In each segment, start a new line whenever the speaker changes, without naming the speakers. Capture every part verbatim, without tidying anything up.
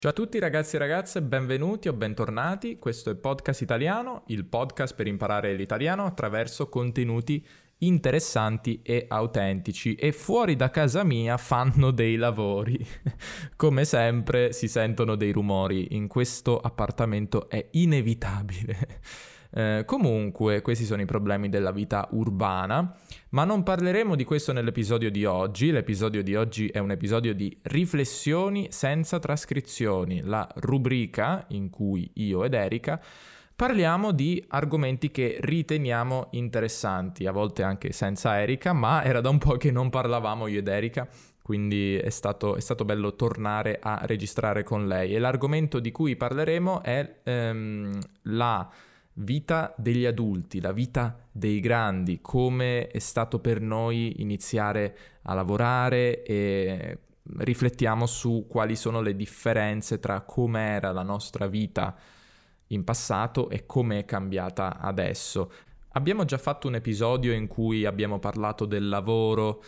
Ciao a tutti ragazzi e ragazze, benvenuti o bentornati. Questo è Podcast Italiano, il podcast per imparare l'italiano attraverso contenuti interessanti e autentici. E fuori da casa mia fanno dei lavori. Come sempre si sentono dei rumori. In questo appartamento è inevitabile. Eh, comunque, questi sono i problemi della vita urbana, ma non parleremo di questo nell'episodio di oggi. L'episodio di oggi è un episodio di riflessioni senza trascrizioni, la rubrica in cui io ed Erika parliamo di argomenti che riteniamo interessanti, a volte anche senza Erika, ma era da un po' che non parlavamo io ed Erika, quindi è stato, è stato bello tornare a registrare con lei. E l'argomento di cui parleremo è ehm, la vita degli adulti, la vita dei grandi, come è stato per noi iniziare a lavorare e riflettiamo su quali sono le differenze tra com'era la nostra vita in passato e come è cambiata adesso. Abbiamo già fatto un episodio in cui abbiamo parlato del lavoro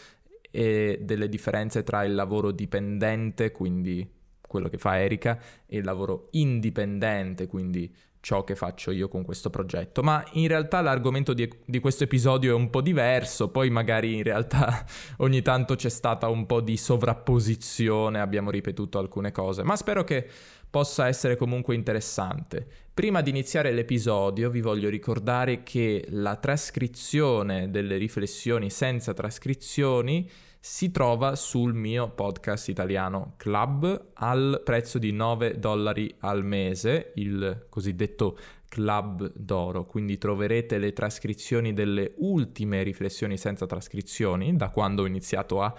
e delle differenze tra il lavoro dipendente, quindi quello che fa Erika, e il lavoro indipendente, quindi ciò che faccio io con questo progetto. Ma in realtà l'argomento di, di questo episodio è un po' diverso, poi magari in realtà ogni tanto c'è stata un po' di sovrapposizione, abbiamo ripetuto alcune cose, ma spero che possa essere comunque interessante. Prima di iniziare l'episodio vi voglio ricordare che la trascrizione delle riflessioni senza trascrizioni si trova sul mio podcast italiano Club al prezzo di nove dollari al mese, il cosiddetto Club d'Oro. Quindi troverete le trascrizioni delle ultime riflessioni senza trascrizioni, da quando ho iniziato a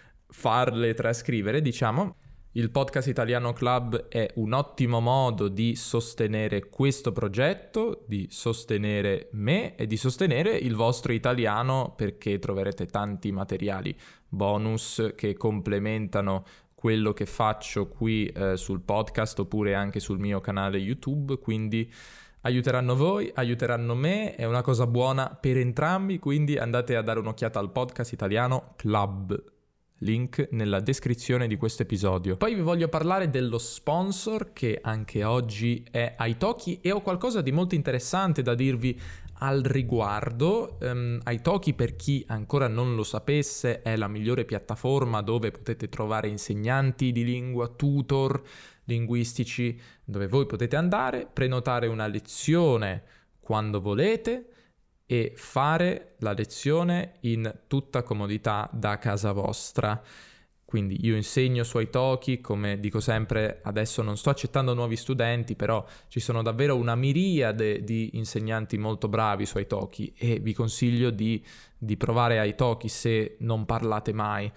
farle trascrivere, diciamo. Il Podcast Italiano Club è un ottimo modo di sostenere questo progetto, di sostenere me e di sostenere il vostro italiano, perché troverete tanti materiali bonus che complementano quello che faccio qui eh, sul podcast oppure anche sul mio canale YouTube, quindi aiuteranno voi, aiuteranno me, è una cosa buona per entrambi, quindi andate a dare un'occhiata al Podcast Italiano Club. Link nella descrizione di questo episodio. Poi vi voglio parlare dello sponsor che anche oggi è Italki e ho qualcosa di molto interessante da dirvi al riguardo. Um, Italki, per chi ancora non lo sapesse, è la migliore piattaforma dove potete trovare insegnanti di lingua, tutor linguistici, dove voi potete andare, prenotare una lezione quando volete e fare la lezione in tutta comodità da casa vostra. Quindi io insegno su Italki, come dico sempre, adesso non sto accettando nuovi studenti, però ci sono davvero una miriade di insegnanti molto bravi su Italki e vi consiglio di, di provare Italki se non parlate mai.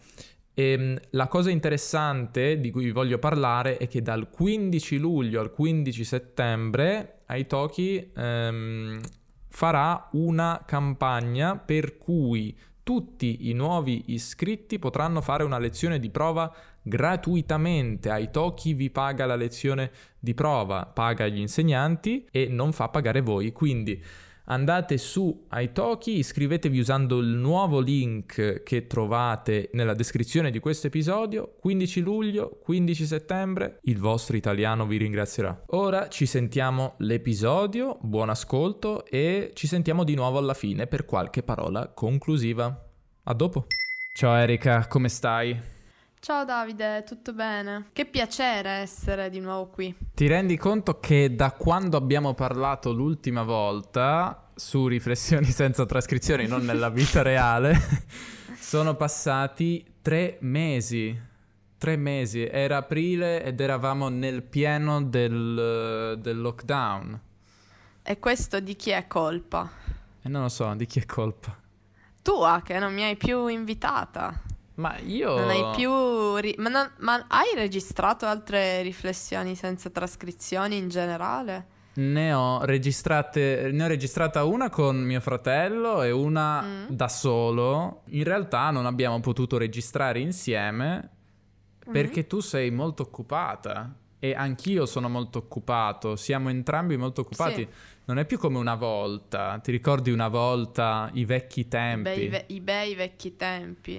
E la cosa interessante di cui vi voglio parlare è che dal quindici luglio al quindici settembre Italki ehm, farà una campagna per cui tutti i nuovi iscritti potranno fare una lezione di prova gratuitamente. Italki vi paga la lezione di prova, paga gli insegnanti e non fa pagare voi, quindi andate su Italki, iscrivetevi usando il nuovo link che trovate nella descrizione di questo episodio. Quindici luglio, quindici settembre, il vostro italiano vi ringrazierà. Ora ci sentiamo l'episodio, buon ascolto e ci sentiamo di nuovo alla fine per qualche parola conclusiva. A dopo! Ciao Erika, come stai?
Ciao Davide, tutto bene? Che piacere essere di nuovo qui.
Ti rendi conto che da quando abbiamo parlato l'ultima volta su riflessioni senza trascrizioni, non nella vita reale, sono passati tre mesi. Tre mesi. Era aprile ed eravamo nel pieno del, del lockdown.
E questo di chi è colpa?
E non lo so, di chi è colpa?
Tua, che non mi hai più invitata.
Ma io...
Non hai più... Ri- ma, non... ma hai registrato altre riflessioni senza trascrizioni in generale?
Ne ho registrate, ne ho registrata una con mio fratello e una mm. da solo. In realtà non abbiamo potuto registrare insieme perché mm. tu sei molto occupata e anch'io sono molto occupato. Siamo entrambi molto occupati. Sì. Non è più come una volta. Ti ricordi una volta i vecchi tempi?
I bei, ve- i bei vecchi tempi.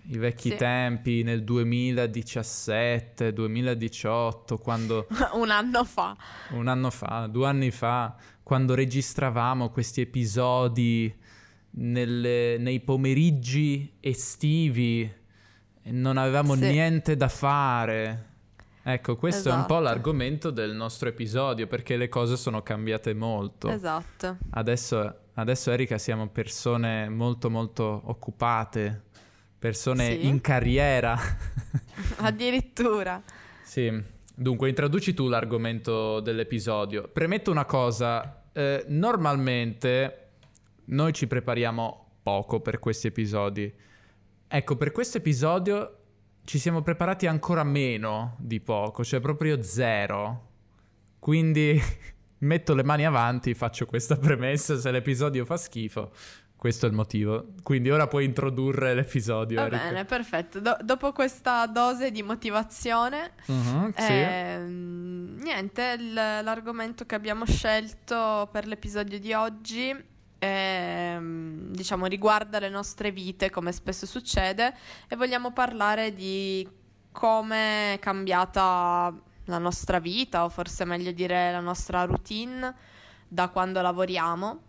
I vecchi
Sì.
tempi nel duemiladiciassette, duemiladiciotto, quando
Un anno fa.
un anno fa, due anni fa, quando registravamo questi episodi nelle- nei pomeriggi estivi e non avevamo
Sì.
niente da fare. Ecco, questo è un po'
Esatto.
l'argomento del nostro episodio, perché le cose sono cambiate molto.
Esatto.
Adesso, adesso Erika, siamo persone molto molto occupate, persone
Sì.
in carriera.
Addirittura.
Sì, dunque introduci tu l'argomento dell'episodio. Premetto una cosa, eh, normalmente noi ci prepariamo poco per questi episodi. Ecco, per questo episodio ci siamo preparati ancora meno di poco, cioè proprio zero. Quindi metto le mani avanti, faccio questa premessa, se l'episodio fa schifo, questo è il motivo. Quindi ora puoi introdurre l'episodio,
Va
Erika.
bene, perfetto. Do- dopo questa dose di motivazione,
Mhm, sì.
ehm, niente, il- l'argomento che abbiamo scelto per l'episodio di oggi ehm, diciamo riguarda le nostre vite, come spesso succede, e vogliamo parlare di come è cambiata la nostra vita, o forse meglio dire la nostra routine, da quando lavoriamo.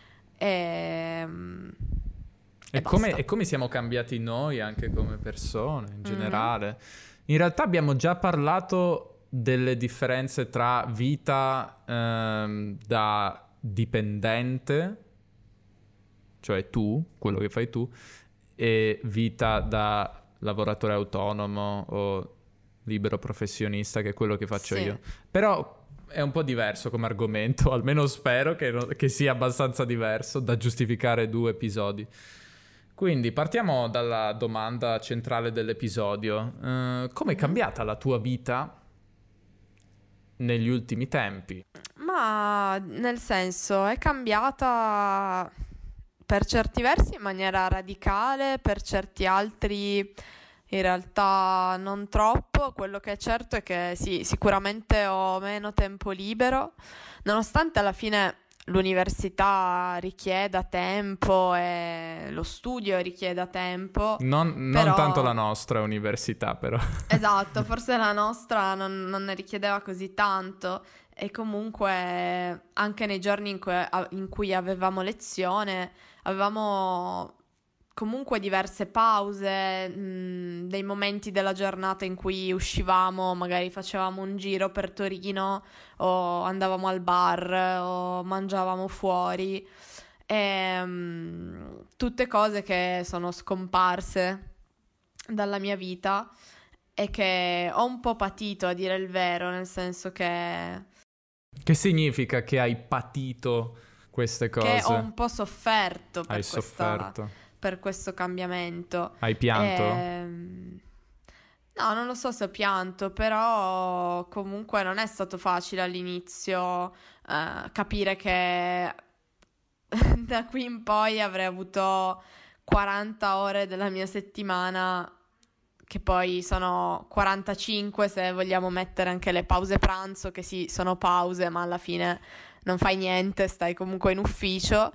Ehm,
E
e
come,
basta.
e come siamo cambiati noi anche come persone in
Mhm.
generale. In realtà abbiamo già parlato delle differenze tra vita ehm, da dipendente, cioè tu, quello che fai tu, e vita da lavoratore autonomo o libero professionista, che è quello che faccio
Sì.
io. Però è un po' diverso come argomento, almeno spero che, no- che sia abbastanza diverso da giustificare due episodi. Quindi partiamo dalla domanda centrale dell'episodio. Eh, come è cambiata la tua vita negli ultimi tempi?
Ma nel senso è cambiata per certi versi in maniera radicale, per certi altri in realtà non troppo. Quello che è certo è che sì, sicuramente ho meno tempo libero, nonostante alla fine l'università richieda tempo e lo studio richieda tempo.
Non, non
Però-
tanto la nostra università, però.
Esatto, forse la nostra non, non ne richiedeva così tanto, e comunque anche nei giorni in cui, in cui avevamo lezione avevamo comunque diverse pause, mh, dei momenti della giornata in cui uscivamo, magari facevamo un giro per Torino o andavamo al bar o mangiavamo fuori. E, mh, tutte cose che sono scomparse dalla mia vita e che ho un po' patito, a dire il vero, nel senso che,
Che significa che hai patito queste cose?
che ho un po' sofferto per,
Hai
questa,
sofferto?
per questo cambiamento.
Hai pianto?
Ehm, No, non lo so se ho pianto, però comunque non è stato facile all'inizio eh, capire che da qui in poi avrei avuto quaranta ore della mia settimana, che poi sono quarantacinque se vogliamo mettere anche le pause pranzo, che sì, sono pause, ma alla fine non fai niente, stai comunque in ufficio.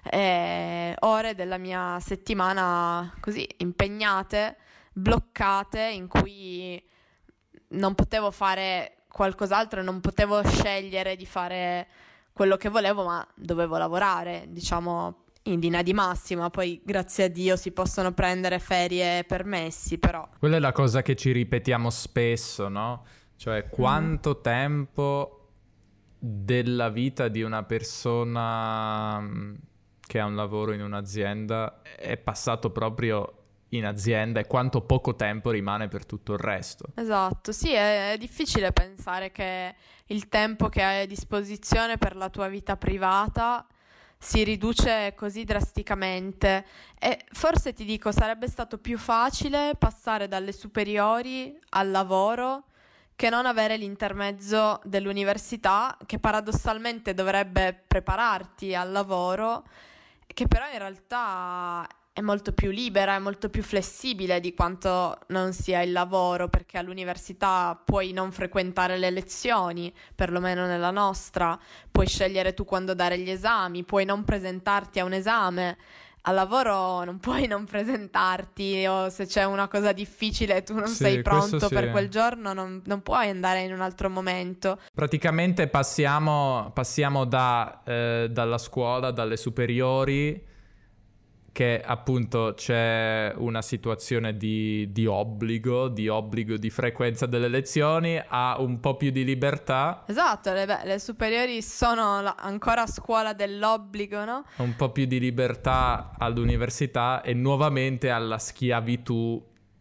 E ore della mia settimana così impegnate, bloccate, in cui non potevo fare qualcos'altro, non potevo scegliere di fare quello che volevo, ma dovevo lavorare, diciamo, in linea di massima. Poi grazie a Dio si possono prendere ferie permessi, però
Quella è la cosa che ci ripetiamo spesso, no? Cioè, quanto tempo della vita di una persona mh, che ha un lavoro in un'azienda è passato proprio in azienda e quanto poco tempo rimane per tutto il resto.
esatto, sì, è, è difficile pensare che il tempo che hai a disposizione per la tua vita privata si riduce così drasticamente. E forse ti dico, sarebbe stato più facile passare dalle superiori al lavoro che non avere l'intermezzo dell'università, che paradossalmente dovrebbe prepararti al lavoro, che però in realtà è molto più libera, è molto più flessibile di quanto non sia il lavoro, perché all'università puoi non frequentare le lezioni, perlomeno nella nostra, puoi scegliere tu quando dare gli esami, puoi non presentarti a un esame. al lavoro non puoi non presentarti, o se c'è una cosa difficile e tu non
Sì,
sei
questo
pronto
sì.
per quel giorno, non, non puoi andare in un altro momento.
Praticamente passiamo, passiamo da, eh, dalla scuola, dalle superiori, che appunto c'è una situazione di, di obbligo, di obbligo di frequenza delle lezioni, a un po' più di libertà,
Esatto, le, beh, le superiori sono la- ancora a scuola dell'obbligo, no?
un po' più di libertà all'università e nuovamente alla schiavitù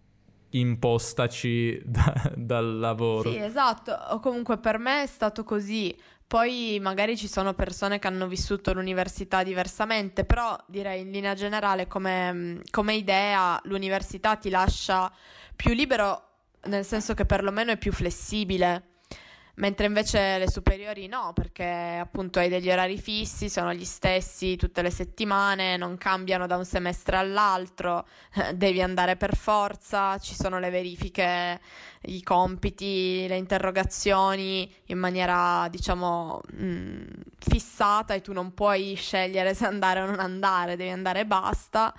impostaci da- dal lavoro.
Sì, esatto, o comunque per me è stato così. Poi magari ci sono persone che hanno vissuto l'università diversamente, però direi in linea generale come, come idea l'università ti lascia più libero, nel senso che perlomeno è più flessibile. Mentre invece le superiori no, perché appunto hai degli orari fissi, sono gli stessi tutte le settimane, non cambiano da un semestre all'altro, eh, devi andare per forza, ci sono le verifiche, i compiti, le interrogazioni in maniera, diciamo, mh, fissata, e tu non puoi scegliere se andare o non andare, devi andare e basta.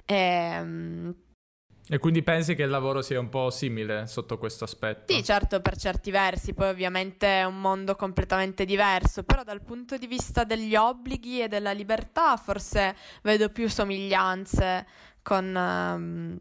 E,
E quindi pensi che il lavoro sia un po' simile sotto questo aspetto?
Sì, certo, per certi versi, poi ovviamente è un mondo completamente diverso, però dal punto di vista degli obblighi e della libertà forse vedo più somiglianze con, ehm,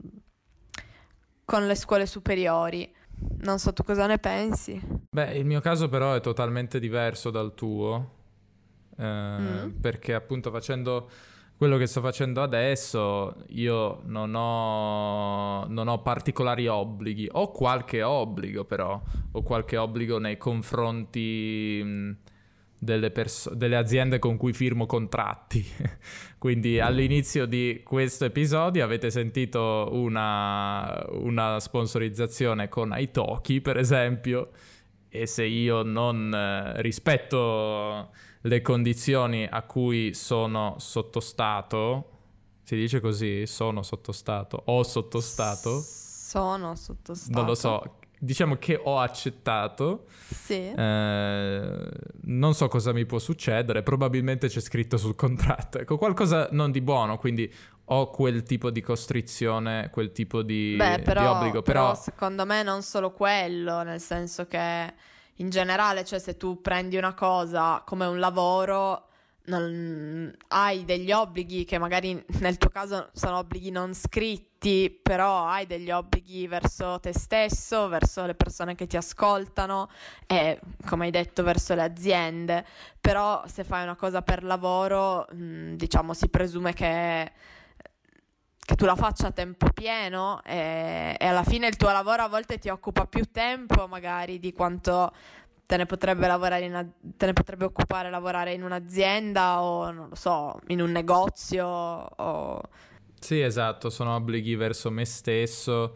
con le scuole superiori. Non so tu cosa ne pensi.
Beh, il mio caso però è totalmente diverso dal tuo, eh,
Mm.
perché appunto facendo quello che sto facendo adesso, io non ho, non ho particolari obblighi. Ho qualche obbligo però, ho qualche obbligo nei confronti mh, delle, perso- delle aziende con cui firmo contratti. Quindi all'inizio di questo episodio avete sentito una, una sponsorizzazione con Italki, per esempio, e se io non eh, rispetto le condizioni a cui sono sottostato, si dice così, sono sottostato, ho sottostato,
Sono sottostato.
non lo so, diciamo che ho accettato,
Sì.
eh, non so cosa mi può succedere, probabilmente c'è scritto sul contratto, ecco, qualcosa non di buono, quindi ho quel tipo di costrizione, quel tipo di,
Beh,
di
però,
obbligo,
però
però...
secondo me non solo quello, nel senso che in generale, cioè se tu prendi una cosa come un lavoro, non- hai degli obblighi che magari nel tuo caso sono obblighi non scritti, però hai degli obblighi verso te stesso, verso le persone che ti ascoltano e, come hai detto, verso le aziende. Però se fai una cosa per lavoro, mh, diciamo, si presume che che tu la faccia a tempo pieno e, e alla fine il tuo lavoro a volte ti occupa più tempo magari di quanto te ne potrebbe lavorare in a- te ne potrebbe occupare lavorare in un'azienda o non lo so, in un negozio o...
Sì, esatto, sono obblighi verso me stesso.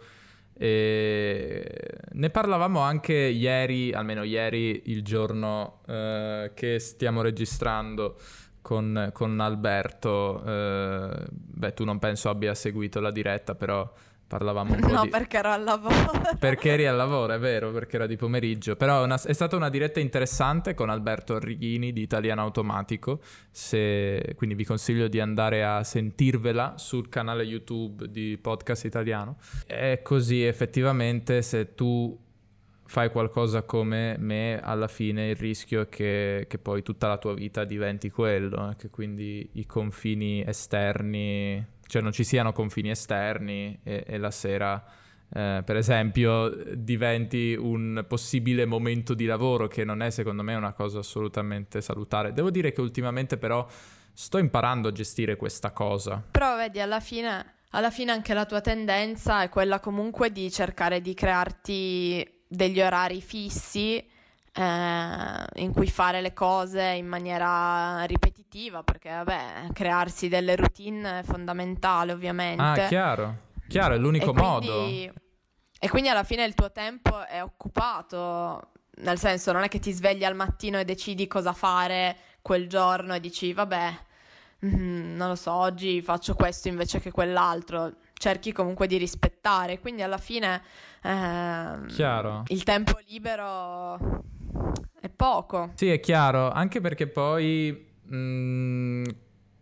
E ne parlavamo anche ieri, almeno ieri, il giorno eh, che stiamo registrando con, con Alberto. Eh, beh, tu non penso abbia seguito la diretta, però parlavamo un po'
No,
di...
perché ero al lavoro.
Perché eri al lavoro, è vero, perché era di pomeriggio. Però è, una- è stata una diretta interessante con Alberto Arrighini di Italiano Automatico. Se- quindi vi consiglio di andare a sentirvela sul canale YouTube di Podcast Italiano. È così, effettivamente, se tu fai qualcosa come me, alla fine il rischio è che, che poi tutta la tua vita diventi quello, eh, che quindi i confini esterni, cioè non ci siano confini esterni e, e la sera, eh, per esempio, diventi un possibile momento di lavoro, che non è secondo me una cosa assolutamente salutare. Devo dire che ultimamente però sto imparando a gestire questa cosa.
Però vedi, alla fine, alla fine anche la tua tendenza è quella comunque di cercare di crearti degli orari fissi eh, in cui fare le cose in maniera ripetitiva, perché vabbè, crearsi delle routine è fondamentale ovviamente.
Ah, chiaro, chiaro, è
E
l'unico
quindi,
modo.
e quindi alla fine il tuo tempo è occupato, nel senso non è che ti svegli al mattino e decidi cosa fare quel giorno e dici vabbè, mm, non lo so, oggi faccio questo invece che quell'altro. Cerchi comunque di rispettare, quindi alla fine ehm,
Chiaro.
il tempo libero è poco.
Sì, è chiaro, anche perché poi mh,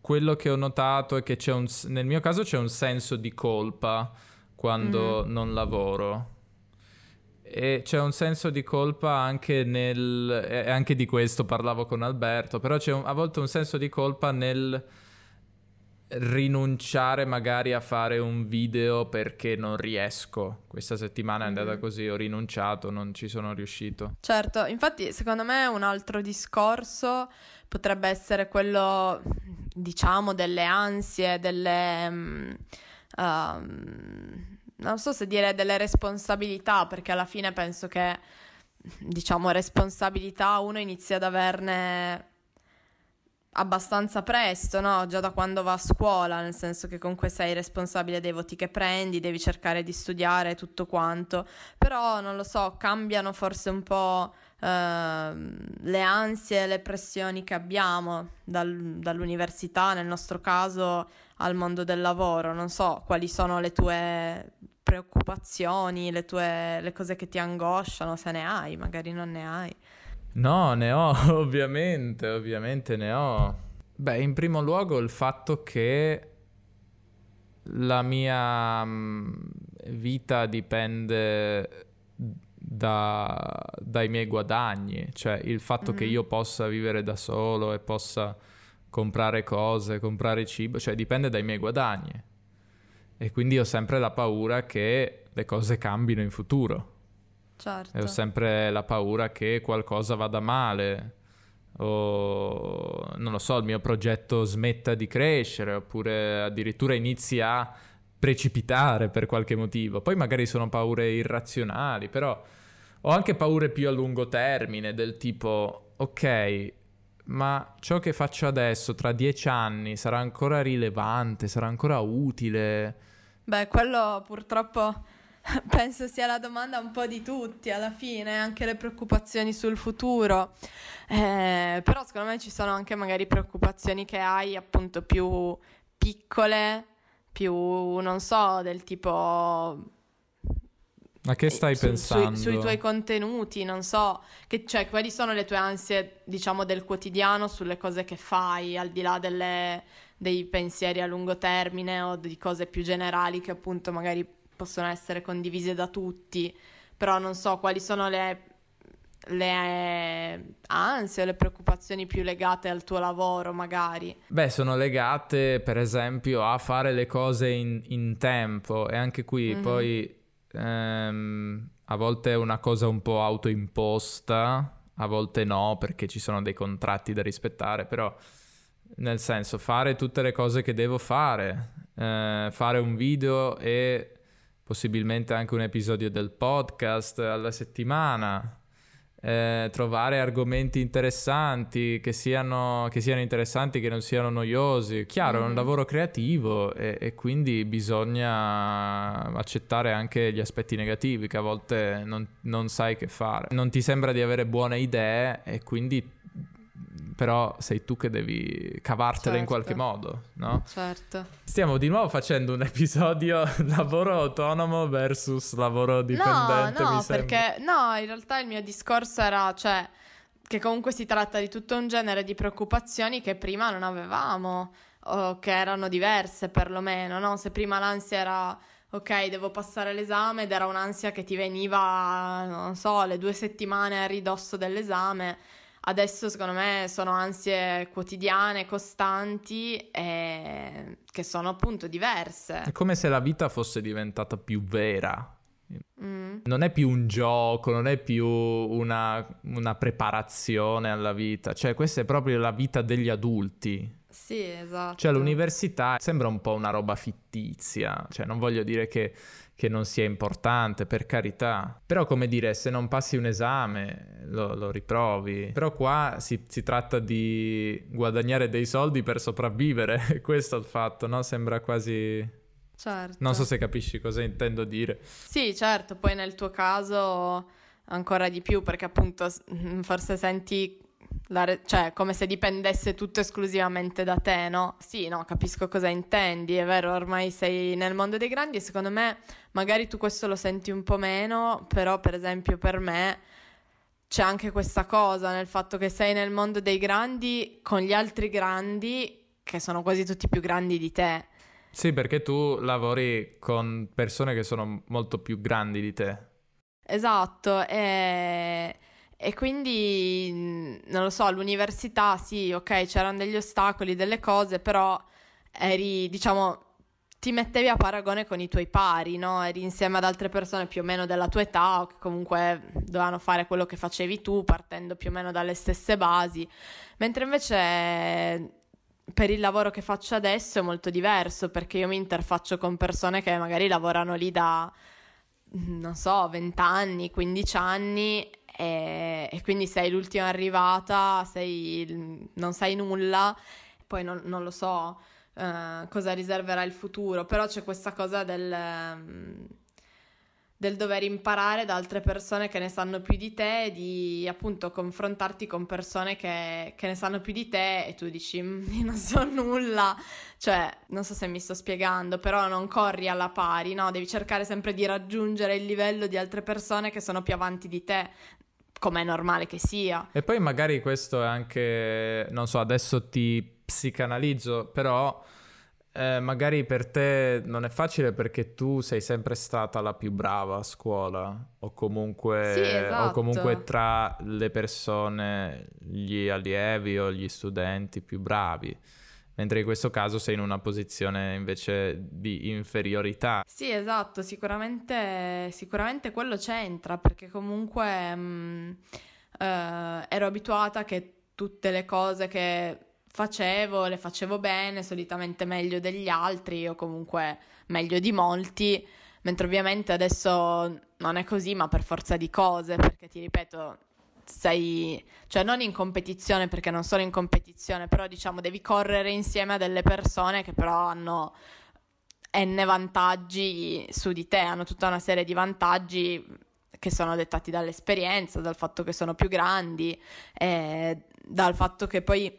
quello che ho notato è che c'è un, nel mio caso c'è un senso di colpa quando mm. non lavoro. E c'è un senso di colpa anche nel... E anche di questo parlavo con Alberto, però c'è un, a volte un senso di colpa nel rinunciare magari a fare un video perché non riesco. Questa settimana è andata mm. così, ho rinunciato, non ci sono riuscito.
Certo, infatti secondo me un altro discorso potrebbe essere quello, diciamo, delle ansie, delle... Um, um, non so se dire delle responsabilità, perché alla fine penso che, diciamo, responsabilità uno inizia ad averne abbastanza presto, no? Già da quando va a scuola, nel senso che comunque sei responsabile dei voti che prendi, devi cercare di studiare tutto quanto, però non lo so, cambiano forse un po' eh, le ansie e le pressioni che abbiamo dal, dall'università, nel nostro caso, al mondo del lavoro. Non so quali sono le tue preoccupazioni, le tue le cose che ti angosciano, se ne hai, magari non ne hai.
No, ne ho, ovviamente, ovviamente ne ho. Beh, in primo luogo il fatto che la mia mh, vita dipende da, dai miei guadagni, cioè il fatto mm-hmm. che io possa vivere da solo e possa comprare cose, comprare cibo, cioè dipende dai miei guadagni. E quindi ho sempre la paura che le cose cambino in futuro.
Certo.
E ho sempre la paura che qualcosa vada male, o non lo so, il mio progetto smetta di crescere, oppure addirittura inizi a precipitare per qualche motivo. Poi magari sono paure irrazionali, però ho anche paure più a lungo termine, del tipo, ok, ma ciò che faccio adesso tra dieci anni sarà ancora rilevante, sarà ancora utile?
Beh, quello purtroppo penso sia la domanda un po' di tutti alla fine, anche le preoccupazioni sul futuro, eh, però secondo me ci sono anche magari preoccupazioni che hai appunto più piccole, più non so, del tipo...
A che stai
su,
pensando?
Sui, sui tuoi contenuti, non so, che, cioè quali sono le tue ansie, diciamo, del quotidiano sulle cose che fai, al di là delle, dei pensieri a lungo termine o di cose più generali che appunto magari possono essere condivise da tutti, però non so quali sono le, le ansie o le preoccupazioni più legate al tuo lavoro magari.
Beh, sono legate per esempio a fare le cose in, in tempo, e anche qui mm-hmm. poi ehm, a volte è una cosa un po' autoimposta, a volte no, perché ci sono dei contratti da rispettare, però nel senso fare tutte le cose che devo fare, eh, fare un video e possibilmente anche un episodio del podcast alla settimana, eh, trovare argomenti interessanti, che siano, che siano interessanti, che non siano noiosi. Chiaro, mm-hmm. è un lavoro creativo e, e quindi bisogna accettare anche gli aspetti negativi, che a volte non, non sai che fare. Non ti sembra di avere buone idee e quindi... però sei tu che devi cavartela certo. in qualche modo, no?
Certo.
Stiamo di nuovo facendo un episodio lavoro autonomo versus lavoro dipendente.
No, no,
mi
perché no, in realtà il mio discorso era, cioè, che comunque si tratta di tutto un genere di preoccupazioni che prima non avevamo, o che erano diverse perlomeno, no? Se prima l'ansia era... ok, devo passare l'esame, ed era un'ansia che ti veniva, non so, le due settimane a ridosso dell'esame. Adesso secondo me sono ansie quotidiane, costanti, e che sono appunto diverse.
È come se la vita fosse diventata più vera.
Mm.
Non è più un gioco, non è più una, una preparazione alla vita. Cioè questa è proprio la vita degli adulti.
Sì, esatto.
Cioè l'università sembra un po' una roba fittizia. Cioè non voglio dire che... che non sia importante, per carità. Però, come dire, se non passi un esame lo, lo riprovi. Però qua si, si tratta di guadagnare dei soldi per sopravvivere. Questo è il fatto, no? Sembra quasi...
Certo.
Non so se capisci cosa intendo dire.
Sì, certo. Poi nel tuo caso ancora di più, perché appunto forse senti... La re- cioè come se dipendesse tutto esclusivamente da te, no? Sì, no, capisco cosa intendi, è vero, ormai sei nel mondo dei grandi e secondo me magari tu questo lo senti un po' meno, però per esempio per me c'è anche questa cosa nel fatto che sei nel mondo dei grandi con gli altri grandi che sono quasi tutti più grandi di te.
Sì, perché tu lavori con persone che sono molto più grandi di te.
Esatto, e, e quindi mh, non lo so, all'università sì, ok, c'erano degli ostacoli, delle cose, però eri, diciamo, ti mettevi a paragone con i tuoi pari, no? Eri insieme ad altre persone più o meno della tua età, o che comunque dovevano fare quello che facevi tu, partendo più o meno dalle stesse basi, mentre invece per il lavoro che faccio adesso è molto diverso, perché io mi interfaccio con persone che magari lavorano lì da, non so, venti anni, quindici anni, e, e quindi sei l'ultima arrivata, sei, non sai nulla, poi non, non lo so eh, cosa riserverà il futuro, però c'è questa cosa del, ehm, del dover imparare da altre persone che ne sanno più di te, e di appunto confrontarti con persone che, che ne sanno più di te e tu dici "Mm, io non so nulla", cioè non so se mi sto spiegando, però non corri alla pari, no? Devi cercare sempre di raggiungere il livello di altre persone che sono più avanti di te, come è normale che sia.
E poi magari questo è anche, non so, adesso ti psicanalizzo, però eh, magari per te non è facile perché tu sei sempre stata la più brava a scuola o comunque,
Sì, esatto.
o comunque tra le persone, gli allievi o gli studenti più bravi, mentre in questo caso sei in una posizione invece di inferiorità.
Sì, esatto, sicuramente, sicuramente quello c'entra, perché comunque mh, eh, ero abituata che tutte le cose che facevo le facevo bene, solitamente meglio degli altri o comunque meglio di molti, mentre ovviamente adesso non è così, ma per forza di cose, perché ti ripeto, sei, cioè non in competizione, perché non sono in competizione, però diciamo devi correre insieme a delle persone che però hanno n vantaggi su di te, hanno tutta una serie di vantaggi che sono dettati dall'esperienza, dal fatto che sono più grandi, e dal fatto che poi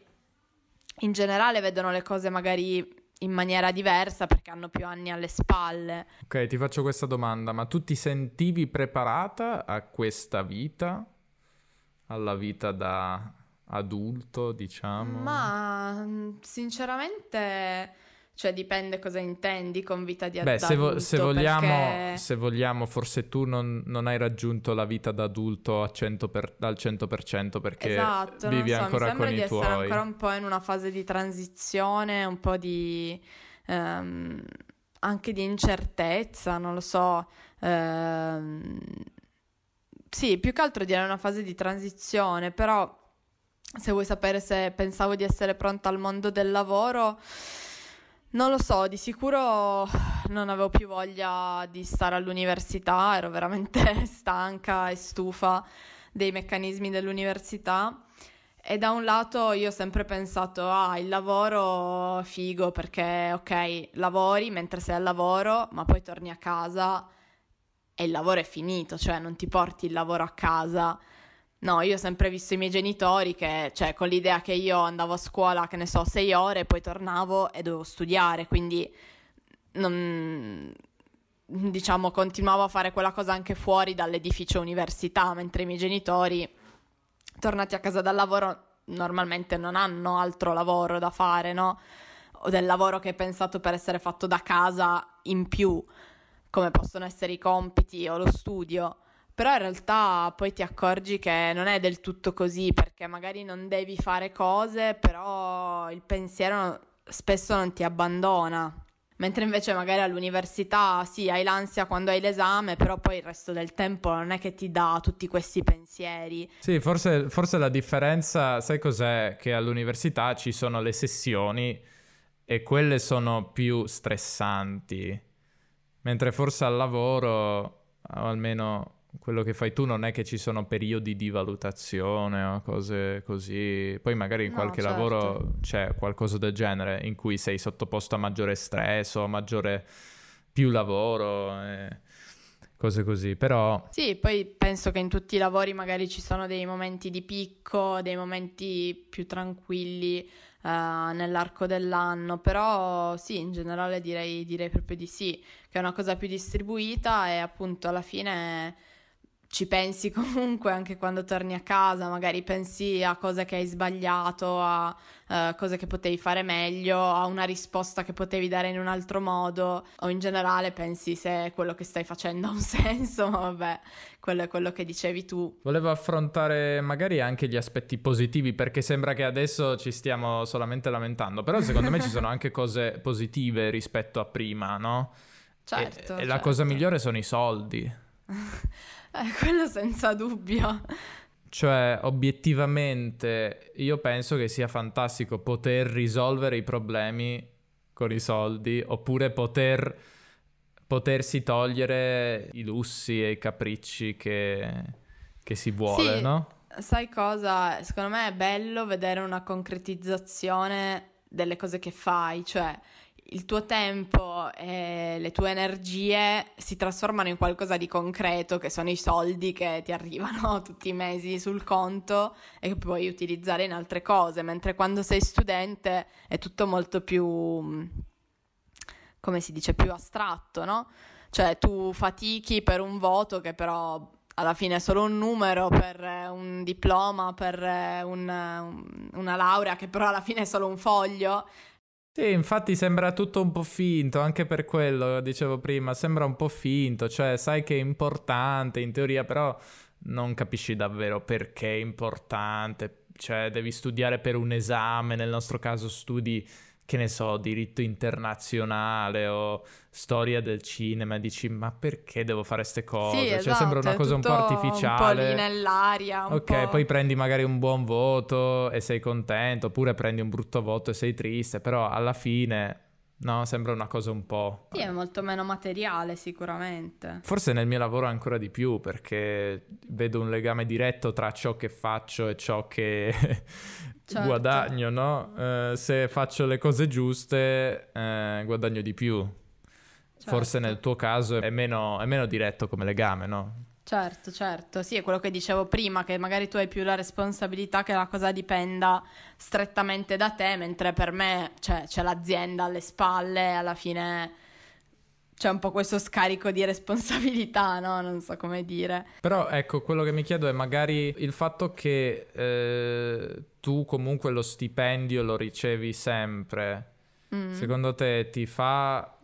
in generale vedono le cose magari in maniera diversa perché hanno più anni alle spalle.
Ok, ti faccio questa domanda, ma tu ti sentivi preparata a questa vita? Alla vita da adulto, diciamo?
Ma sinceramente, cioè dipende cosa intendi con vita di
Beh,
da
se, vo-
adulto,
se vogliamo,
perché
se vogliamo, forse tu non, non hai raggiunto la vita da adulto a cento per- al cento per cento perché
esatto, non
vivi
so, mi
ancora
sembra
con
di
i
essere
tuoi.
ancora un po' in una fase di transizione, un po' di ehm, anche di incertezza, non lo so. ehm, sì, più che altro direi una fase di transizione, però se vuoi sapere se pensavo di essere pronta al mondo del lavoro, non lo so, di sicuro non avevo più voglia di stare all'università, ero veramente stanca e stufa dei meccanismi dell'università. E da un lato io ho sempre pensato, ah, il lavoro figo perché, ok, lavori mentre sei al lavoro, ma poi torni a casa e il lavoro è finito, cioè non ti porti il lavoro a casa. No, io ho sempre visto i miei genitori che, cioè, con l'idea che io andavo a scuola, che ne so, sei ore, poi tornavo e dovevo studiare, quindi non, diciamo, continuavo a fare quella cosa anche fuori dall'edificio università, mentre i miei genitori, tornati a casa dal lavoro, normalmente non hanno altro lavoro da fare, no? O del lavoro che è pensato per essere fatto da casa in più, come possono essere i compiti o lo studio. Però in realtà poi ti accorgi che non è del tutto così, perché magari non devi fare cose, però il pensiero spesso non ti abbandona. Mentre invece magari all'università sì, hai l'ansia quando hai l'esame, però poi il resto del tempo non è che ti dà tutti questi pensieri.
Sì, forse, forse la differenza, sai cos'è? Che all'università ci sono le sessioni e quelle sono più stressanti, mentre forse al lavoro, o almeno quello che fai tu, non è che ci sono periodi di valutazione o cose così. Poi magari in
No,
qualche
certo.
lavoro c'è qualcosa del genere in cui sei sottoposto a maggiore stress o a maggiore più lavoro e cose così, però
Sì, poi penso che in tutti i lavori magari ci sono dei momenti di picco, dei momenti più tranquilli eh, nell'arco dell'anno, però sì, in generale direi, direi proprio di sì, che è una cosa più distribuita e appunto alla fine ci pensi comunque anche quando torni a casa, magari pensi a cose che hai sbagliato, a uh, cose che potevi fare meglio, a una risposta che potevi dare in un altro modo, o in generale pensi se quello che stai facendo ha un senso, ma vabbè, quello è quello che dicevi tu.
Volevo affrontare magari anche gli aspetti positivi, perché sembra che adesso ci stiamo solamente lamentando, però secondo me ci sono anche cose positive rispetto a prima, no?
Certo.
E,
certo.
e la cosa migliore sono i soldi.
Eh, quello senza dubbio.
Cioè, obiettivamente, io penso che sia fantastico poter risolvere i problemi con i soldi, oppure poter, potersi togliere i lussi e i capricci che, che si vuole,
Sì,
no?
sai cosa? Secondo me è bello vedere una concretizzazione delle cose che fai, cioè il tuo tempo e le tue energie si trasformano in qualcosa di concreto, che sono i soldi che ti arrivano tutti i mesi sul conto e che puoi utilizzare in altre cose, mentre quando sei studente è tutto molto più, come si dice, più astratto, no? Cioè tu fatichi per un voto che però alla fine è solo un numero, per un diploma, per un, una laurea che però alla fine è solo un foglio.
Sì, infatti sembra tutto un po' finto, anche per quello dicevo prima, sembra un po' finto, cioè sai che è importante in teoria, però non capisci davvero perché è importante, cioè devi studiare per un esame, nel nostro caso studi, che ne so, diritto internazionale o storia del cinema, e dici ma perché devo fare ste cose?
Sì,
Cioè
esatto,
sembra una
è
cosa un po'
tutto
artificiale.
un po' lì nell'aria, un
ok,
po'.
poi prendi magari un buon voto e sei contento, oppure prendi un brutto voto e sei triste, però alla fine, no, sembra una cosa un po'...
Sì, è molto meno materiale sicuramente.
Forse nel mio lavoro ancora di più, perché vedo un legame diretto tra ciò che faccio e ciò che
Certo.
guadagno, no? Eh, se faccio le cose giuste, eh, guadagno di più. Forse
Certo.
nel tuo caso è meno, è meno diretto come legame, no?
Certo, certo, sì, è quello che dicevo prima, che magari tu hai più la responsabilità che la cosa dipenda strettamente da te, mentre per me, cioè, c'è l'azienda alle spalle, alla fine c'è un po' questo scarico di responsabilità, no? Non so come dire.
Però ecco, quello che mi chiedo è magari il fatto che eh, tu comunque lo stipendio lo ricevi sempre,
Mm.
secondo te ti fa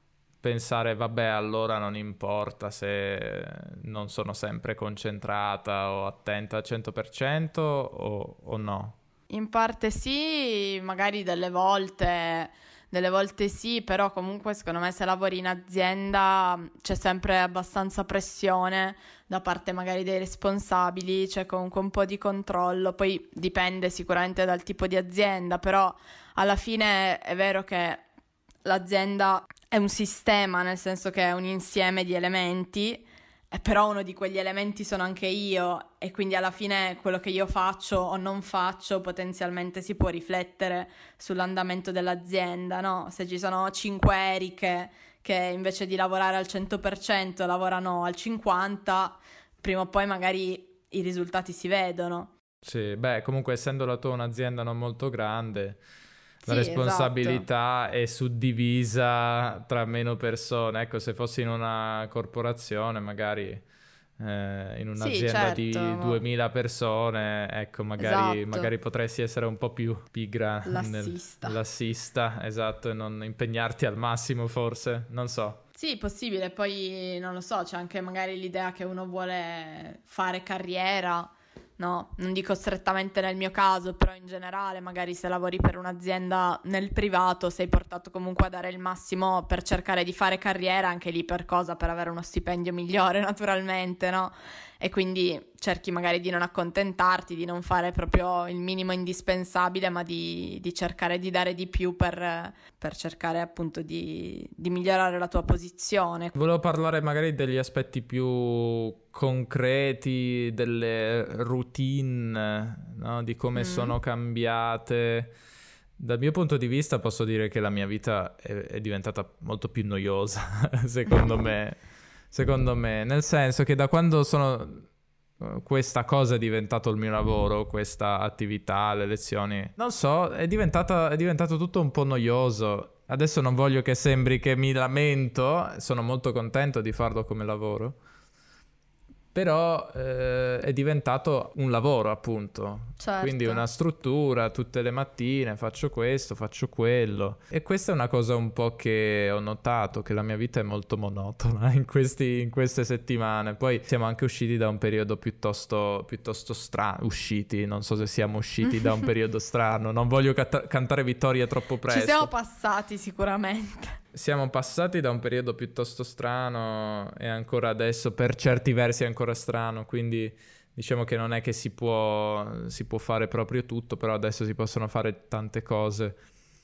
pensare vabbè, allora non importa se non sono sempre concentrata o attenta al cento per cento o, o no?
In parte sì, magari delle volte, delle volte sì, però comunque secondo me se lavori in azienda c'è sempre abbastanza pressione da parte magari dei responsabili, c'è comunque un po' di controllo, poi dipende sicuramente dal tipo di azienda, però alla fine è vero che l'azienda è un sistema, nel senso che è un insieme di elementi, eh, però uno di quegli elementi sono anche io e quindi alla fine quello che io faccio o non faccio potenzialmente si può riflettere sull'andamento dell'azienda, no? Se ci sono cinque Eriche che invece di lavorare al cento per cento lavorano al cinquanta per cento, prima o poi magari i risultati si vedono.
Sì, beh, comunque essendo la tua un'azienda non molto grande, la
Sì,
responsabilità è suddivisa tra meno persone. Ecco, se fossi in una corporazione, magari eh, in un'azienda
Sì,
di
certo.
duemila persone, ecco, magari,
Esatto.
magari potresti essere un po' più pigra
Lassista.
nel, lassista, esatto, e non impegnarti al massimo, forse, non so.
Sì, possibile, poi non lo so, c'è anche magari l'idea che uno vuole fare carriera, no? Non dico strettamente nel mio caso, però in generale, magari se lavori per un'azienda nel privato sei portato comunque a dare il massimo per cercare di fare carriera, anche lì per cosa? Per avere uno stipendio migliore, naturalmente, no? E quindi cerchi magari di non accontentarti, di non fare proprio il minimo indispensabile, ma di, di cercare di dare di più per, per cercare appunto di, di migliorare la tua posizione.
Volevo parlare magari degli aspetti più concreti, delle routine, no? Di come
Mm.
sono cambiate. Dal mio punto di vista posso dire che la mia vita è, è diventata molto più noiosa, secondo me. Secondo me, nel senso che da quando sono questa cosa è diventato il mio lavoro, questa attività, le lezioni, non so, è diventata, è diventato tutto un po' noioso. Adesso non voglio che sembri che mi lamento, sono molto contento di farlo come lavoro, però eh, è diventato un lavoro, appunto.
Certo.
Quindi una struttura, tutte le mattine faccio questo, faccio quello. E questa è una cosa un po' che ho notato, che la mia vita è molto monotona in, questi, in queste settimane. Poi siamo anche usciti da un periodo piuttosto, piuttosto strano. Usciti, non so se siamo usciti da un periodo strano. Non voglio canta- cantare vittorie troppo presto.
Ci siamo passati sicuramente.
Siamo passati da un periodo piuttosto strano e ancora adesso per certi versi è ancora strano, quindi diciamo che non è che si può, si può fare proprio tutto, però adesso si possono fare tante cose.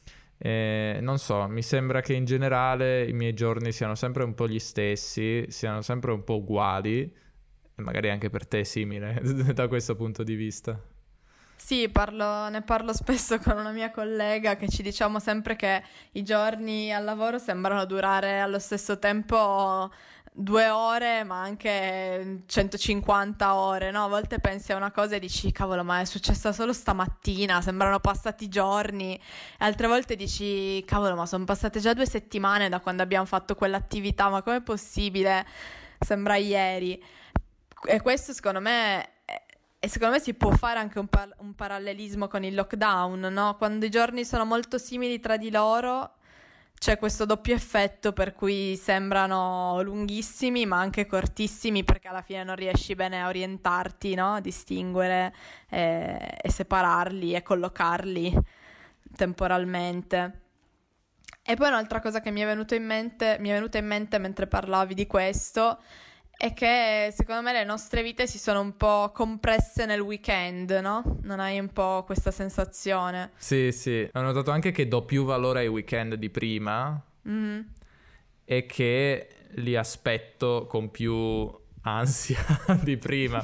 E non so, mi sembra che in generale i miei giorni siano sempre un po' gli stessi, siano sempre un po' uguali, e magari anche per te è simile da questo punto di vista.
Sì, parlo, ne parlo spesso con una mia collega che ci diciamo sempre che i giorni al lavoro sembrano durare allo stesso tempo due ore, ma anche centocinquanta ore, no? A volte pensi a una cosa e dici, cavolo, ma è successa solo stamattina, sembrano passati giorni. E altre volte dici, cavolo, ma sono passate già due settimane da quando abbiamo fatto quell'attività, ma com'è possibile? Sembra ieri. E questo secondo me... E secondo me si può fare anche un, par- un parallelismo con il lockdown, no? Quando i giorni sono molto simili tra di loro, c'è questo doppio effetto per cui sembrano lunghissimi ma anche cortissimi, perché alla fine non riesci bene a orientarti, no? A distinguere e, e separarli e collocarli temporalmente. E poi un'altra cosa che mi è venuto in mente, mi è venuta in mente mentre parlavi di questo, è che secondo me le nostre vite si sono un po' compresse nel weekend, no? Non hai un po' questa sensazione?
Sì, sì. Ho notato anche che do più valore ai weekend di prima
Mm-hmm.
e che li aspetto con più ansia di prima.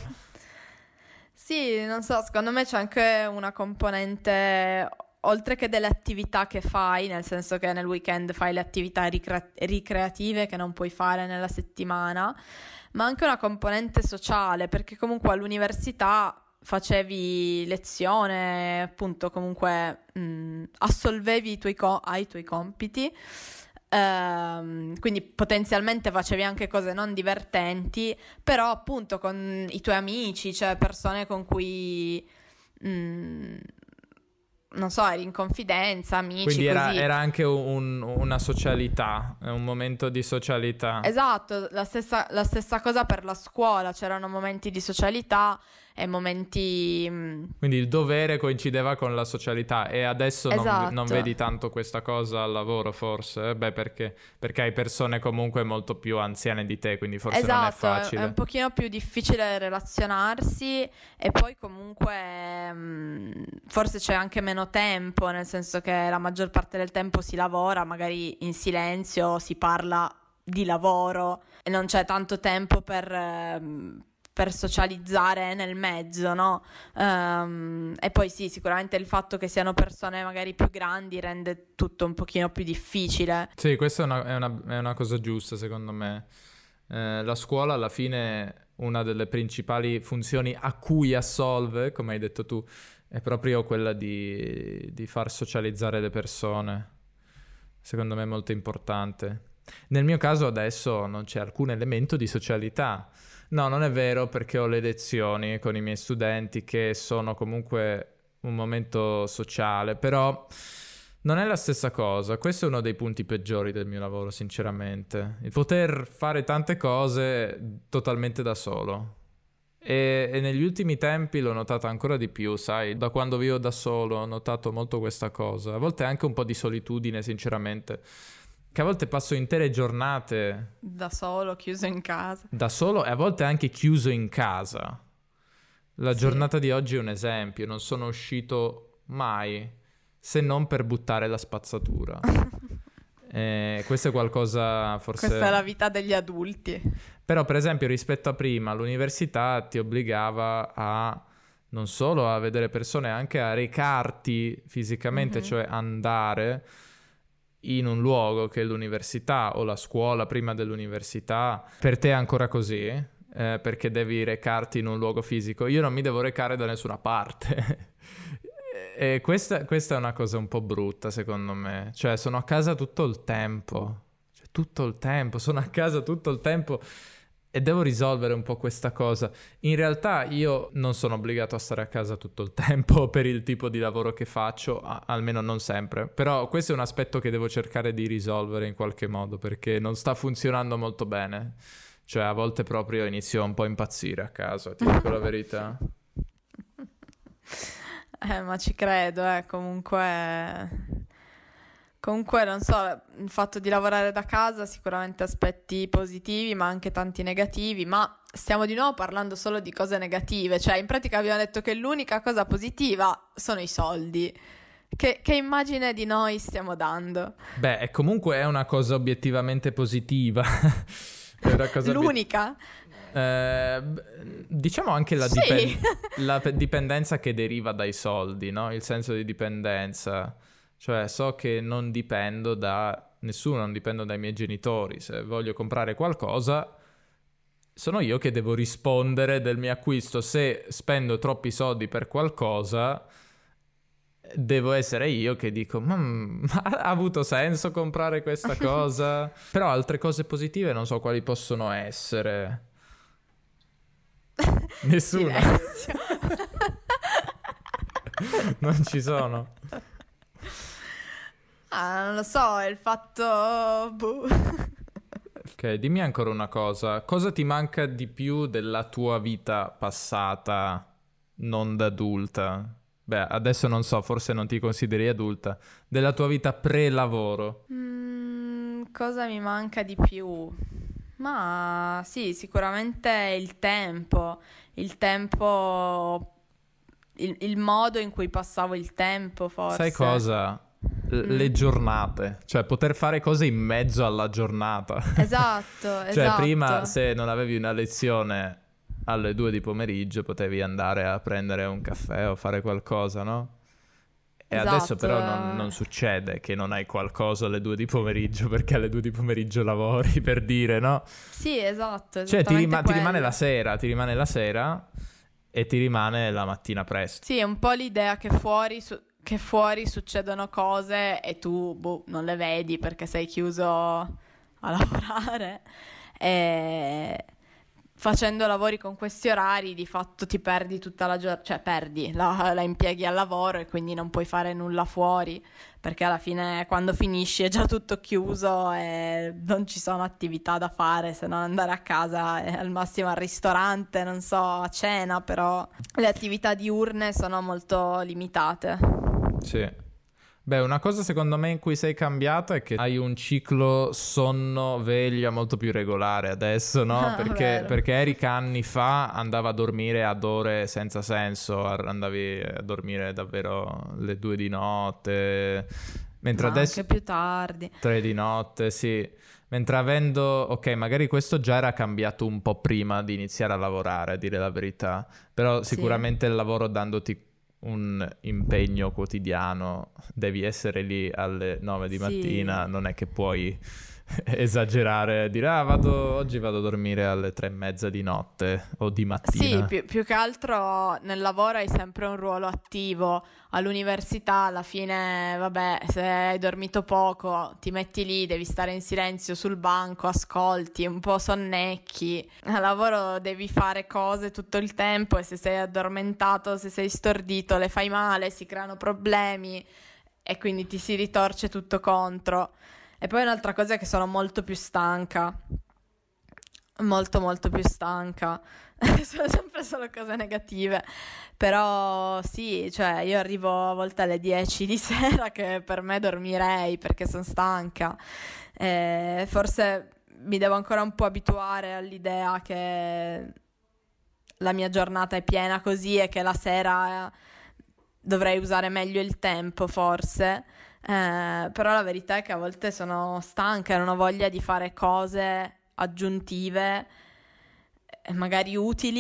Sì, non so, secondo me c'è anche una componente, oltre che delle attività che fai, nel senso che nel weekend fai le attività ricre- ricreative che non puoi fare nella settimana, ma anche una componente sociale, perché comunque all'università facevi lezione, appunto comunque mh, assolvevi i tuoi co- ai tuoi compiti, ehm, quindi potenzialmente facevi anche cose non divertenti, però appunto con i tuoi amici, cioè persone con cui... mh, non so, eri in confidenza, amici,
Quindi era,
così.
era anche un- una socialità, un momento di socialità.
Esatto, la stessa, la stessa cosa per la scuola, c'erano momenti di socialità e momenti... mh,
Quindi il dovere coincideva con la socialità e adesso non,
Esatto.
non vedi tanto questa cosa al lavoro forse? Eh, Beh, perché, perché hai persone comunque molto più anziane di te, quindi forse non è
Esatto, è,
facile.
è un pochino più difficile relazionarsi e poi comunque mh, forse c'è anche meno tempo, nel senso che la maggior parte del tempo si lavora, magari in silenzio, si parla di lavoro e non c'è tanto tempo per... ehm, per socializzare nel mezzo, no? Ehm, e poi sì, sicuramente il fatto che siano persone magari più grandi rende tutto un pochino più difficile.
Sì, questa è una, è una- è una cosa giusta secondo me. Eh, la scuola alla fine, una delle principali funzioni a cui assolve, come hai detto tu, è proprio quella di, di far socializzare le persone. Secondo me è molto importante. Nel mio caso adesso non c'è alcun elemento di socialità. No, non è vero, perché ho le lezioni con i miei studenti che sono comunque un momento sociale, però non è la stessa cosa. Questo è uno dei punti peggiori del mio lavoro, sinceramente. Il poter fare tante cose totalmente da solo. E, e negli ultimi tempi l'ho notata ancora di più, sai, da quando vivo da solo ho notato molto questa cosa. A volte anche un po' di solitudine, sinceramente. Che a volte passo intere giornate
Da solo, chiuso in casa.
da solo e a volte anche chiuso in casa. La
Sì.
giornata di oggi è un esempio, non sono uscito mai se non per buttare la spazzatura. Eh, questo è qualcosa forse...
Questa è la vita degli adulti.
Però per esempio rispetto a prima l'università ti obbligava a non solo a vedere persone, anche a recarti fisicamente,
Mhm.
cioè andare in un luogo che è l'università o la scuola prima dell'università. Per te è ancora così? Eh, perché devi recarti in un luogo fisico? Io non mi devo recare da nessuna parte. E questa, questa è una cosa un po' brutta secondo me. Cioè sono a casa tutto il tempo. Cioè tutto il tempo. Sono a casa tutto il tempo e devo risolvere un po' questa cosa. In realtà io non sono obbligato a stare a casa tutto il tempo per il tipo di lavoro che faccio, a- almeno non sempre. Però questo è un aspetto che devo cercare di risolvere in qualche modo, perché non sta funzionando molto bene. Cioè, a volte proprio inizio un po' a impazzire a casa, ti dico la verità.
Eh, ma ci credo, eh, comunque... Comunque, non so, il fatto di lavorare da casa ha sicuramente aspetti positivi, ma anche tanti negativi, ma stiamo di nuovo parlando solo di cose negative, cioè in pratica abbiamo detto che l'unica cosa positiva sono i soldi. Che, che immagine di noi stiamo dando?
Beh, e comunque è una cosa obiettivamente positiva. È una cosa obiet-
L'unica?
Eh, b- diciamo anche la,
Sì.
dipen- la pe- dipendenza che deriva dai soldi, no? Il senso di dipendenza. Cioè, so che non dipendo da nessuno, non dipendo dai miei genitori. Se voglio comprare qualcosa, sono io che devo rispondere del mio acquisto. Se spendo troppi soldi per qualcosa, devo essere io che dico, "Mm, ma ha avuto senso comprare questa cosa?" Però altre cose positive non so quali possono essere. Nessuna.
Silenzio.
Non ci sono.
Ah, non lo so, è il fatto... boh.
Ok, dimmi ancora una cosa. Cosa ti manca di più della tua vita passata, non da adulta? Beh, adesso non so, forse non ti consideri adulta. Della tua vita pre-lavoro.
Mm, cosa mi manca di più? Ma sì, sicuramente il tempo, il tempo, il, il modo in cui passavo il tempo, forse.
Sai cosa? L-
Mm.
Le giornate. Cioè, poter fare cose in mezzo alla giornata.
Esatto,
Cioè,
esatto.
prima se non avevi una lezione alle due di pomeriggio potevi andare a prendere un caffè o fare qualcosa, no? E
Esatto.
adesso però non, non succede che non hai qualcosa alle due di pomeriggio perché alle due di pomeriggio lavori, per dire, no?
Sì, esatto,
Cioè ti, rima- ti
quello.
rimane la sera, ti rimane la sera e ti rimane la mattina presto.
Sì, è un po' l'idea che fuori, su- che fuori succedono cose e tu boh, non le vedi perché sei chiuso a lavorare e facendo lavori con questi orari di fatto ti perdi tutta la giornata, cioè perdi, la, la impieghi al lavoro e quindi non puoi fare nulla fuori perché alla fine quando finisci è già tutto chiuso e non ci sono attività da fare se non andare a casa e al massimo al ristorante, non so, a cena, però le attività diurne sono molto limitate.
Sì. Beh, una cosa secondo me in cui sei cambiato è che hai un ciclo sonno-veglia molto più regolare adesso, no?
Ah,
perché,
vero.
perché Erika anni fa andava a dormire ad ore senza senso, ar- andavi a dormire davvero le due di notte, mentre
Ma
adesso
anche più tardi.
tre di notte, sì. Mentre avendo, ok, magari questo già era cambiato un po' prima di iniziare a lavorare, a dire la verità, però
Sì.
sicuramente il lavoro dandoti un impegno quotidiano, devi essere lì alle nove di
Sì.
mattina, non è che puoi esagerare e dire ah vado, oggi vado a dormire alle tre e mezza di notte o di mattina.
Sì, più, più che altro nel lavoro hai sempre un ruolo attivo. All'università alla fine, vabbè, se hai dormito poco, ti metti lì, devi stare in silenzio sul banco, ascolti, un po' sonnecchi. Al lavoro devi fare cose tutto il tempo e se sei addormentato, se sei stordito, le fai male, si creano problemi e quindi ti si ritorce tutto contro. E poi un'altra cosa è che sono molto più stanca. Molto molto più stanca. Sono sempre solo cose negative. Però sì, cioè io arrivo a volte alle dieci di sera che per me dormirei perché sono stanca. E forse mi devo ancora un po' abituare all'idea che la mia giornata è piena così e che la sera dovrei usare meglio il tempo forse. Eh, però la verità è che a volte sono stanca e non ho voglia di fare cose aggiuntive, eh, magari utili,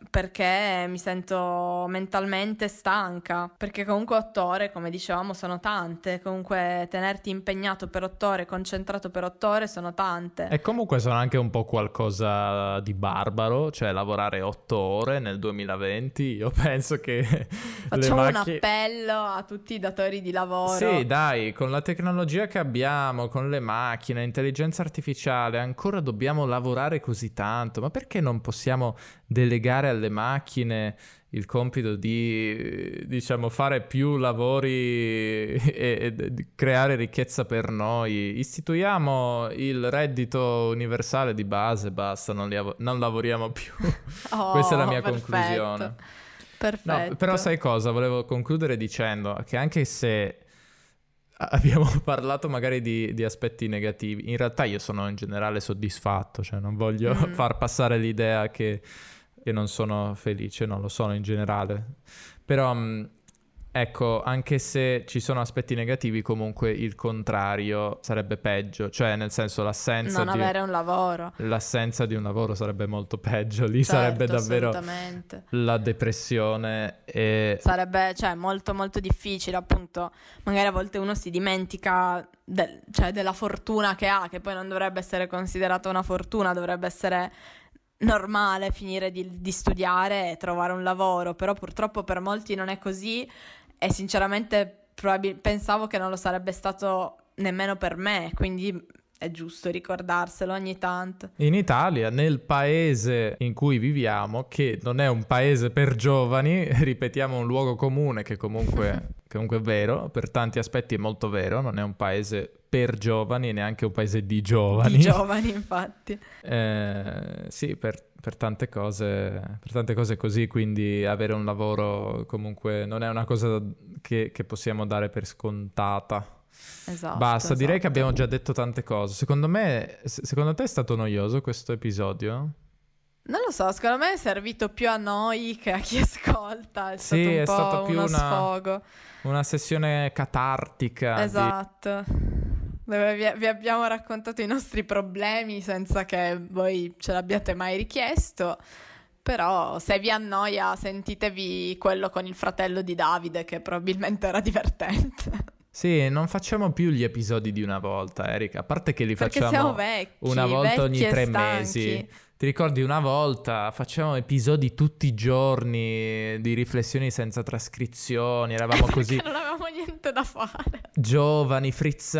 perché mi sento mentalmente stanca, perché comunque otto ore, come dicevamo, sono tante, comunque tenerti impegnato per otto ore, concentrato per otto ore sono tante.
E comunque sono anche un po' qualcosa di barbaro, cioè lavorare otto ore nel duemilaventi, io penso che
Facciamo
le macchine...
un appello a tutti i datori di lavoro.
Sì, dai, con la tecnologia che abbiamo, con le macchine, intelligenza artificiale, ancora dobbiamo lavorare così tanto, ma perché non possiamo delegare alle macchine il compito di, diciamo, fare più lavori e, e creare ricchezza per noi? Istituiamo il reddito universale di base, basta, non, li av- non lavoriamo più.
Oh,
Questa è la mia
perfetto.
conclusione.
Perfetto.
No, però sai cosa? Volevo concludere dicendo che anche se abbiamo parlato magari di, di aspetti negativi, in realtà io sono in generale soddisfatto, cioè non voglio
Mm.
far passare l'idea che, che non sono felice, no, lo sono in generale. Però, mh, ecco, anche se ci sono aspetti negativi, comunque il contrario sarebbe peggio, cioè nel senso l'assenza
Non
di...
avere un lavoro.
L'assenza di un lavoro sarebbe molto peggio, lì
Certo,
sarebbe davvero
assolutamente.
la depressione e...
Sarebbe, cioè, molto molto difficile, appunto. Magari a volte uno si dimentica del- cioè, della fortuna che ha, che poi non dovrebbe essere considerata una fortuna, dovrebbe essere normale finire di, di studiare e trovare un lavoro, però purtroppo per molti non è così e sinceramente probabil- pensavo che non lo sarebbe stato nemmeno per me, quindi è giusto ricordarselo ogni tanto.
In Italia, nel paese in cui viviamo, che non è un paese per giovani, ripetiamo un luogo comune che comunque, comunque è vero, per tanti aspetti è molto vero, non è un paese per giovani e neanche un paese di giovani.
Di giovani, infatti.
Eh, sì, per, per tante cose, per tante cose così, quindi avere un lavoro comunque non è una cosa che, che possiamo dare per scontata.
Esatto.
Basta, direi che
esatto.
abbiamo già detto tante cose. Secondo me, se- secondo te è stato noioso questo episodio?
Non lo so, secondo me è servito più a noi che a chi ascolta, è
Sì,
stato un
è
po'
stato più
uno
una-
sfogo.
Una sessione catartica. di-
Esatto. Dove vi, vi abbiamo raccontato i nostri problemi senza che voi ce l'abbiate mai richiesto. Però se vi annoia, sentitevi quello con il fratello di Davide, che probabilmente era divertente.
Sì, non facciamo più gli episodi di una volta, Erika. A parte che li
Perché
facciamo
siamo vecchi,
una volta ogni
vecchi e
tre
stanchi.
mesi. Ti ricordi una volta facevamo episodi tutti i giorni di riflessioni senza trascrizioni, eravamo così
Perché non avevamo niente da fare.
giovani,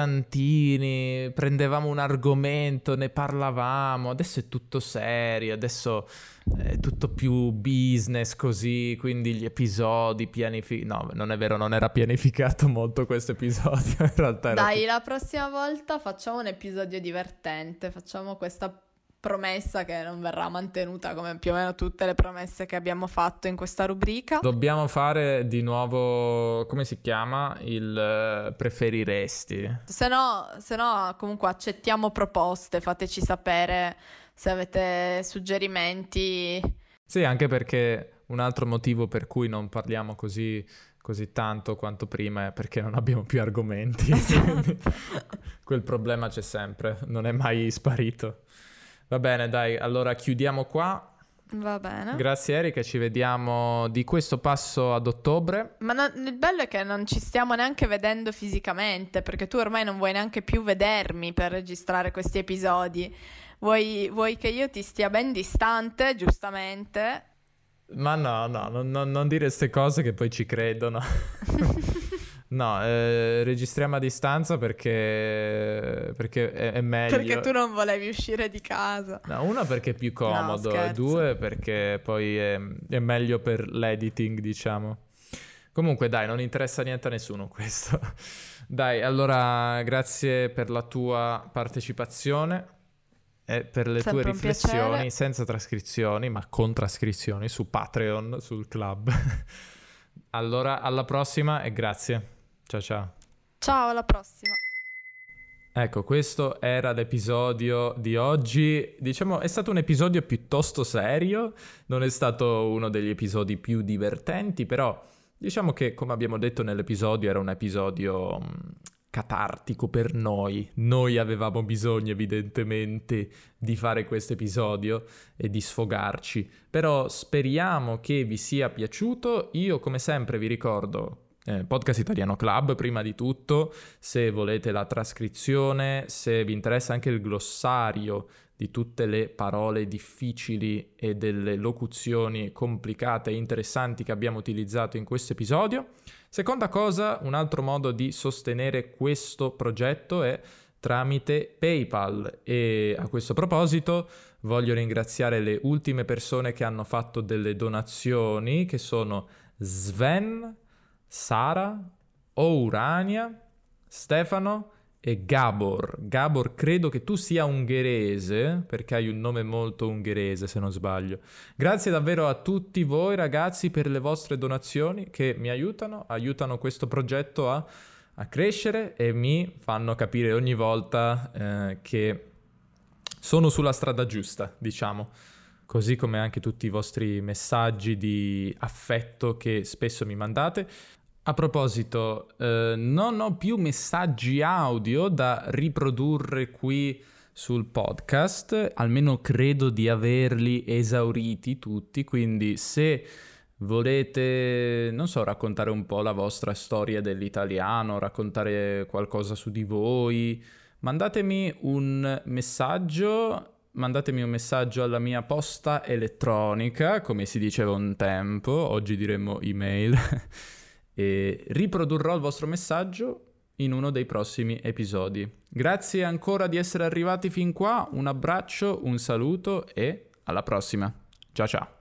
frizzantini, prendevamo un argomento, ne parlavamo, adesso è tutto serio, adesso è tutto più business così, quindi gli episodi pianificati... No, non è vero, non era pianificato molto questo episodio, in realtà era
Dai, la prossima volta facciamo un episodio divertente, facciamo questa promessa che non verrà mantenuta come più o meno tutte le promesse che abbiamo fatto in questa rubrica.
Dobbiamo fare di nuovo, come si chiama? Il eh, preferiresti.
Se no, se no, comunque accettiamo proposte, fateci sapere se avete suggerimenti.
Sì, anche perché un altro motivo per cui non parliamo così, così tanto quanto prima è perché non abbiamo più argomenti. Quindi quel problema c'è sempre, non è mai sparito. Va bene, dai, allora chiudiamo qua.
Va bene.
Grazie Erika, ci vediamo di questo passo ad ottobre.
Ma non- il bello è che non ci stiamo neanche vedendo fisicamente, perché tu ormai non vuoi neanche più vedermi per registrare questi episodi. Vuoi, vuoi che io ti stia ben distante, giustamente.
Ma no, no, non, non- non dire queste cose che poi ci credono. No, eh, registriamo a distanza perché, perché è, è meglio.
Perché tu non volevi uscire di casa.
No, uno perché è più comodo, e
scherzo.
due perché poi è, è meglio per l'editing, diciamo. Comunque dai, non interessa niente a nessuno questo. Dai, allora grazie per la tua partecipazione e per le
Sempre
tue
un
riflessioni,
piacere.
senza trascrizioni, ma con trascrizioni su Patreon, sul club. Allora, alla prossima e grazie. Ciao ciao.
Ciao, alla prossima.
Ecco, questo era l'episodio di oggi. Diciamo, è stato un episodio piuttosto serio, non è stato uno degli episodi più divertenti, però diciamo che, come abbiamo detto nell'episodio, era un episodio mh, catartico per noi. Noi avevamo bisogno evidentemente di fare questo episodio e di sfogarci, però speriamo che vi sia piaciuto. Io come sempre vi ricordo eh, Podcast Italiano Club prima di tutto, se volete la trascrizione, se vi interessa anche il glossario di tutte le parole difficili e delle locuzioni complicate e interessanti che abbiamo utilizzato in questo episodio. Seconda cosa, un altro modo di sostenere questo progetto è tramite PayPal, e a questo proposito voglio ringraziare le ultime persone che hanno fatto delle donazioni, che sono Sven, Sara, Ourania, Stefano e Gabor. Gabor, credo che tu sia ungherese, perché hai un nome molto ungherese se non sbaglio. Grazie davvero a tutti voi ragazzi per le vostre donazioni che mi aiutano, aiutano questo progetto a, a crescere e mi fanno capire ogni volta eh, che sono sulla strada giusta, diciamo. Così come anche tutti i vostri messaggi di affetto che spesso mi mandate. A proposito, eh, non ho più messaggi audio da riprodurre qui sul podcast, almeno credo di averli esauriti tutti, quindi se volete, non so, raccontare un po' la vostra storia dell'italiano, raccontare qualcosa su di voi, mandatemi un messaggio, mandatemi un messaggio alla mia posta elettronica, come si diceva un tempo, oggi diremmo email. E riprodurrò il vostro messaggio in uno dei prossimi episodi. Grazie ancora di essere arrivati fin qua, un abbraccio, un saluto e alla prossima. Ciao ciao.